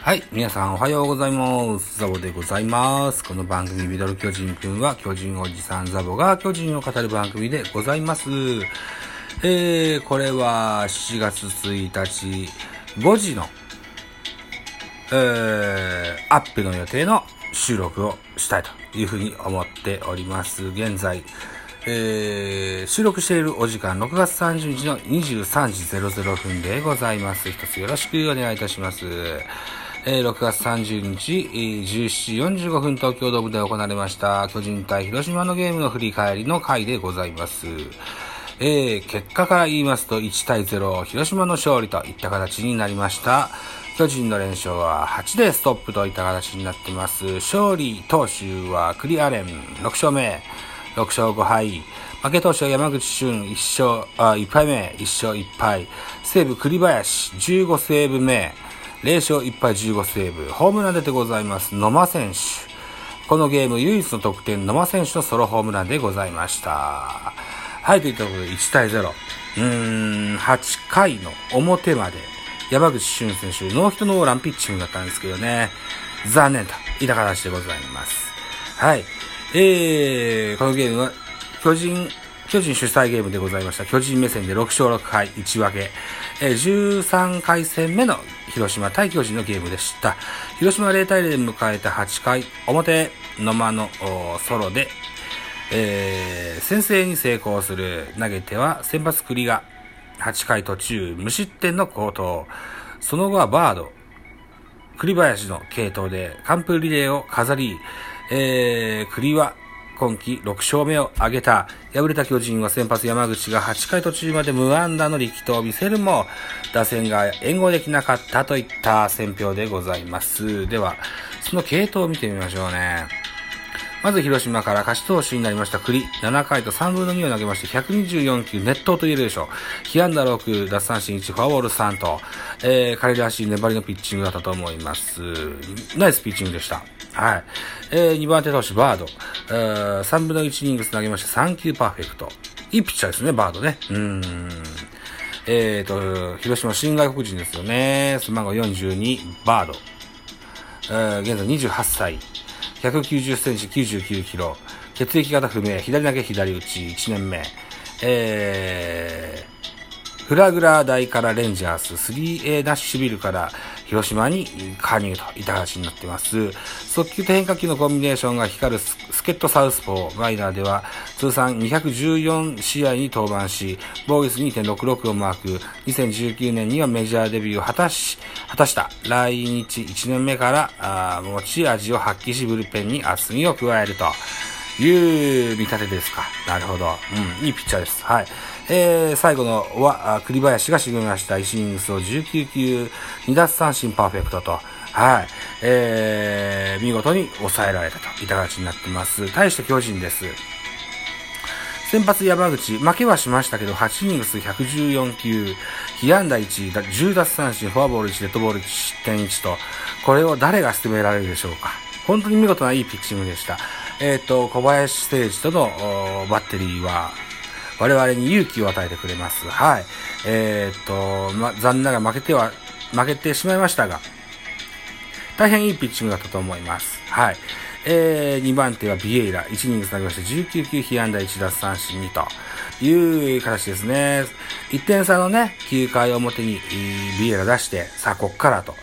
はい、皆さんおはようございます。ザボでございます。この番組ミドル巨人くんは巨人おじさんザボが巨人を語る番組でございます。これは7月1日5時の、アップの予定の収録をしたいというふうに思っております。現在、収録しているお時間6月30日の23時00分でございます。一つよろしくお願いいたします。6月30日、17時45分東京ドームで行われました巨人対広島のゲームの振り返りの回でございます。結果から言いますと1対0広島の勝利といった形になりました。巨人の連勝は8でストップといった形になっています。勝利投手はクリアレン6勝目、6勝5敗。負け投手は山口俊1敗目、1勝1敗。西武栗林15セーブ目。0勝1敗15セーブ。ホームラン出てございます。野間選手。このゲーム唯一の得点、野間選手のソロホームランでございました。はい、といったことで1対0。8回の表まで山口俊選手、ノーヒットノーランピッチングだったんですけどね。残念といった形でございます。はい。このゲームは巨人主催ゲームでございました。巨人目線で6勝6敗1分け。13回戦目の広島対巨人のゲームでした。広島は0対0で迎えた8回表、野間のソロで、先制に成功する。投げては先発栗が8回途中無失点の好投。その後はバード、栗林の継投で完封リレーを飾り、栗は今季6勝目を挙げた。敗れた巨人は先発山口が8回途中まで無安打の力投を見せるも打線が援護できなかったといった戦評でございます。ではその継投を見てみましょうね。まず広島から勝ち投手になりました栗、7回と3分の2を投げまして124球熱投と言えるでしょう。被安打6、奪三振1、フォアボール3と、彼らしい粘りのピッチングだったと思います。ナイスピッチングでした。はい。2番手投手バード、3分の1イニングス投げまして3球パーフェクト。いいピッチャーですね、バードね。広島新外国人ですよね。背番号42、バード。現在28歳。190センチ99キロ。血液型不明。左投げ左打ち。1年目。フラグラー大からレンジャース、3A ナッシュビルから広島に加入といった形になっています。速球と変化球のコンビネーションが光る助っ人サウスポー、ガイナーでは通算214試合に登板し、防御率 2.66 をマーク。2019年にはメジャーデビューを果たした来日1年目から持ち味を発揮し、ブルペンに厚みを加えるという見立てですか。なるほど。いいピッチャーです。はい。最後のは栗林が沈めました。1イニングスを19球2奪三振パーフェクトと、はい、見事に抑えられたといった形になっています。対して巨人です。先発山口、負けはしましたけど8イニングス114球、被安打1、10奪三振、フォアボール1、デッドボール1、失点1と、これを誰が務められるでしょうか。本当に見事ないいピッチングでした。小林誠司とのバッテリーは我々に勇気を与えてくれます。はい。残念ながら負けてしまいましたが、大変いいピッチングだったと思います。はい。2番手はビエイラ、1イニングス投げまして19球被安打1奪三振2という形ですね。1点差のね、9回表にビエイラ出して、さあこっからと、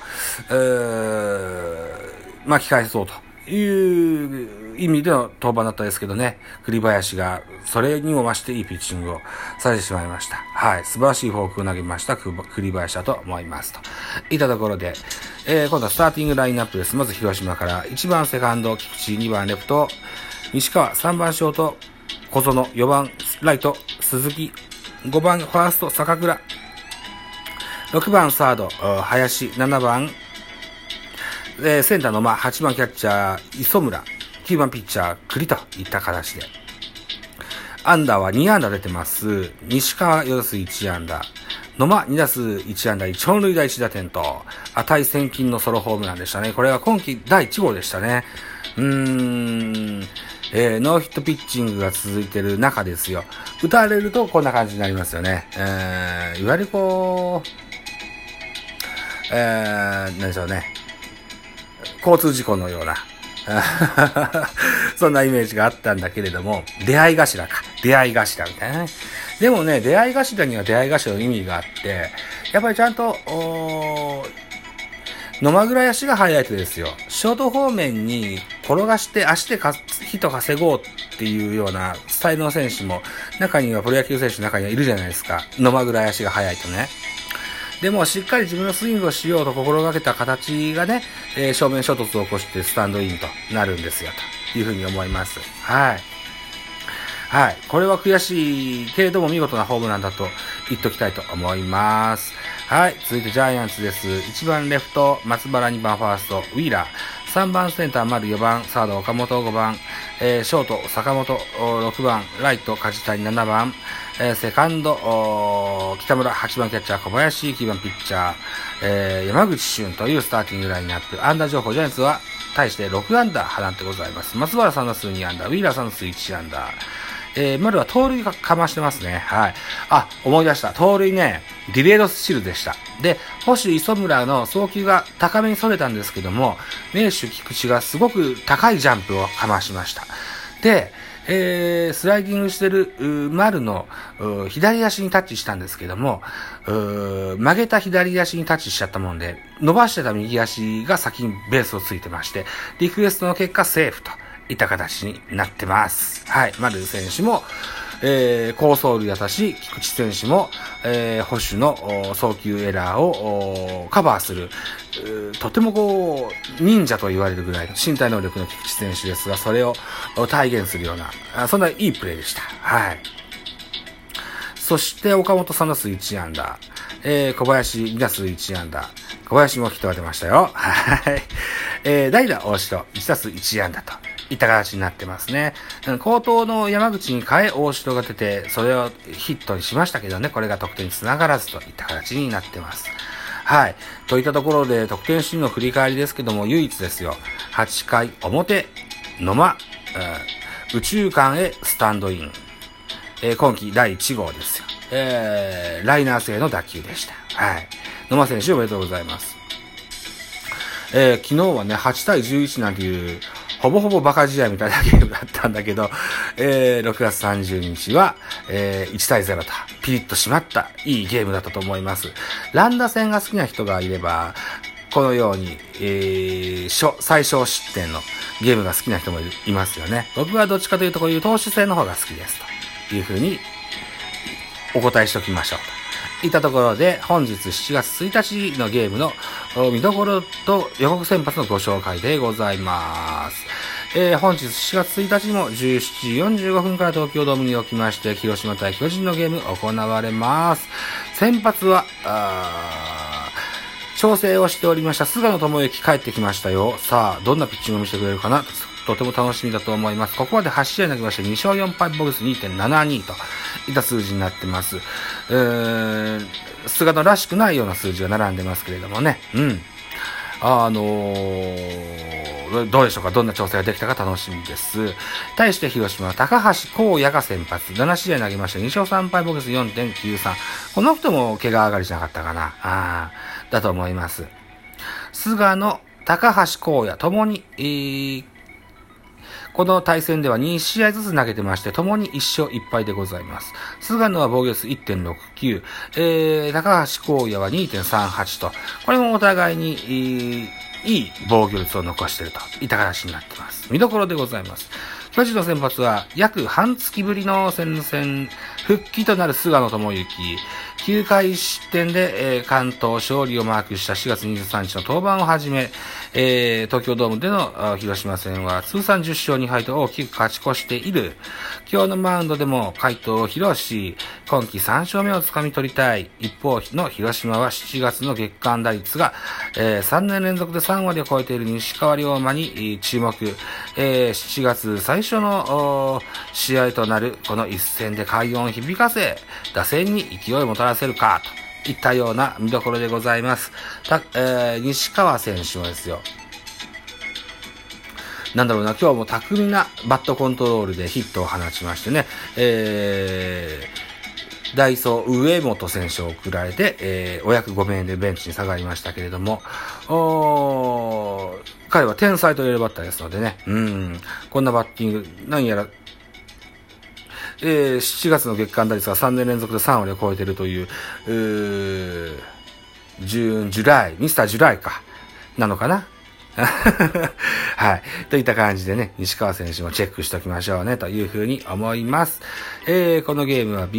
巻き返そうという意味での登板だったですけどね、栗林がそれにも増していいピッチングをされてしまいました。はい、素晴らしいフォークを投げました栗林だと思いますといったところで、今度はスターティングラインナップです。まず広島から1番セカンド菊池、2番レフト西川、3番ショート小園、4番ライト鈴木、5番ファースト坂倉、6番サード林、7番センターの8番キャッチャー磯村、9番ピッチャー栗といった形で、アンダーは2安打出てます。西川4打数1安打、野間2打数1安打1本塁打1打点と値千金のソロホームランでしたね。これは今季第1号でしたね。ノーヒットピッチングが続いてる中ですよ。打たれるとこんな感じになりますよね。いわゆるこう、なんでしょうね。 交通事故のような、そんなイメージがあったんだけれども、出会い頭みたいなね。でもね、出会い頭には出会い頭の意味があって、やっぱりちゃんと、野間倉足が速いとですよ、ショート方面に転がして足でヒット稼ごうっていうようなスタイルの選手も、中にはプロ野球選手の中にはいるじゃないですか。野間倉足が速いとね。でもしっかり自分のスイングをしようと心がけた形がね、正面衝突を起こしてスタンドインとなるんですよ、というふうに思います。はい。はい。これは悔しいけれども見事なホームランだと言っておきたいと思います。はい。続いてジャイアンツです。1番レフト、松原、2番ファースト、ウィーラー。3番センター、丸、4番、サード、岡本、5番、ショート、坂本、6番、ライト、梶谷、7番、セカンド、北村、8番キャッチャー、小林、9番ピッチャー、山口俊というスターティングラインナップ。安打情報、ジャイアンツは、対して6安打放ってございます。松原3打数2安打、ウィーラー3打数1安打。丸は盗塁かましてますね。はい。あ、思い出した。盗塁ね、ディレードスチールでした。で、保守磯村の送球が高めに逸れたんですけども、名手菊池がすごく高いジャンプをかましました。で、スライディングしてる丸の左足にタッチしたんですけども、曲げた左足にタッチしちゃったもんで、伸ばしてた右足が先にベースをついてまして、リクエストの結果セーフといった形になってます。はい。丸選手も、好走塁だったし、菊池選手も、保守の送球エラーをカバーする、とても忍者と言われるぐらいの身体能力の菊池選手ですが、それを体現するような、そんないいプレーでした。はい。そして岡本3打数1安打、小林2打数1安打、小林もヒットが出ましたよ。はい。代打大城1打数1安打といった形になってますね。好投の山口に変え大城が出て、それをヒットにしましたけどね、これが得点につながらずといった形になってます。はい。といったところで得点シーンの振り返りですけども、唯一ですよ。8回表、野間、宇宙間へスタンドイン。今季第1号ですよ。ライナー性の打球でした。はい。野間選手おめでとうございます。昨日はね、8対11なんていう、ほぼほぼバカ試合みたいなゲームだったんだけど、6月30日は、1対0と、ピリッと締まったいいゲームだったと思います。乱打戦が好きな人がいれば、このように、最小失点のゲームが好きな人もいますよね。僕はどっちかというとこういう投手戦の方が好きですというふうにお答えしておきましょうといったところで、本日7月1日のゲームの見どころと予告先発のご紹介でございます。本日7月1日も17時45分から東京ドームにおきまして、広島対巨人のゲーム行われます。先発は、調整をしておりました菅野智之帰ってきましたよ。さあ、どんなピッチングを見せてくれるかな、とても楽しみだと思います。ここまで8試合投げまして2勝4敗ボグス 2.72 といった数字になってます。菅野らしくないような数字が並んでますけれどもね。うん。どうでしょうか。どんな調整ができたか楽しみです。対して広島は高橋光也が先発。7試合投げまして2勝3敗ボグス 4.93。この人も怪我上がりじゃなかったかな。だと思います。菅野、高橋光也ともに、この対戦では2試合ずつ投げてまして、ともに1勝1敗でございます。菅野は防御率 1.69、高橋光也は 2.38 と、これもお互いに、いい防御率を残しているといった形になっています。見どころでございます。巨人の先発は約半月ぶりの戦復帰となる菅野智之。9回失点で、関東勝利をマークした4月23日の登板をはじめ、東京ドームでの広島戦は通算10勝2敗と大きく勝ち越している。今日のマウンドでも快投を披露し、今季3勝目をつかみ取りたい。一方の広島は7月の月間打率が、3年連続で3割を超えている西川龍馬に注目。7月最初の試合となるこの一戦で快音を響かせ、打線に勢いをもたらせるかといったような見どころでございます。西川選手はですよ、なんだろうな、今日も巧みなバットコントロールでヒットを放ちましてね、ダイソー上本選手を送られて、お役御免でベンチに下がりましたけれども、 彼は天才と言えるバッターですのでね。こんなバッティング、何やら、7月の月間打率が3年連続で3割を超えているという、ジュライ、ミスタージュライか、なのかなはい。といった感じでね、西川選手もチェックしておきましょうね、というふうに思います。このゲームは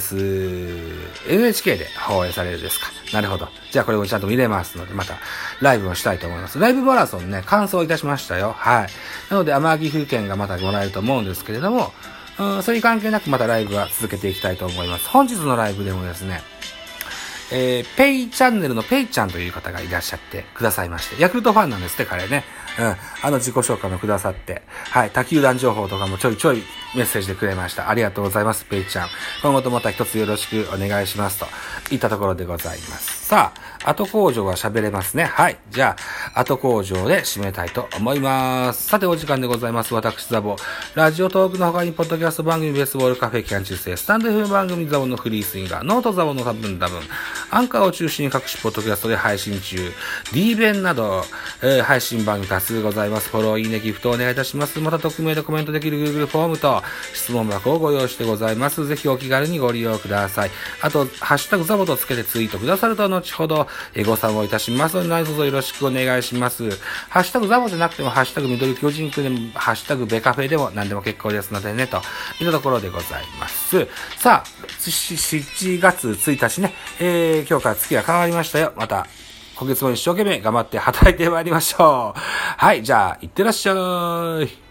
NHK で放映されるですか。なるほど。じゃあこれもちゃんと見れますので、またライブをしたいと思います。ライブマラソンね、完走いたしましたよ。はい。なので、天城府県がまたもらえると思うんですけれども、それに関係なくまたライブは続けていきたいと思います。本日のライブでもですね、ペイチャンネルのペイちゃんという方がいらっしゃってくださいまして、ヤクルトファンなんですって、彼ね。自己紹介もくださって、はい、他球団情報とかもちょいちょいメッセージでくれました。ありがとうございます、ペイちゃん。今後とまた一つよろしくお願いしますといったところでございます。さあ、後工場は喋れますね。はい。じゃあ、後工場で締めたいと思います。さて、お時間でございます。私、ザボ。ラジオトークの他に、ポッドキャスト番組、ベースボールカフェ期間中世、スタンド FM 番組、ザボのフリースインガー、ノートザボの多分、アンカーを中心に各種ポッドキャストで配信中、D 弁など、配信番組多数ございます。フォロー、いいね、ギフトをお願いいたします。また、匿名でコメントできる Google フォームと、質問箱をご用意してございます。ぜひお気軽にご利用ください。あと、ハッシュタグザボとつけてツイートくださると、後ほど、ご参考いたしますので、何卒よろしくお願いします。ハッシュタグザボじゃなくても、ハッシュタグ緑巨人くんでも、ハッシュタグベカフェでも何でも結構ですのでね、といったところでございます。さあ、7月1日ね、今日から月が変わりましたよ。また、今月も一生懸命頑張って働いてまいりましょう。はい、じゃあ、いってらっしゃい。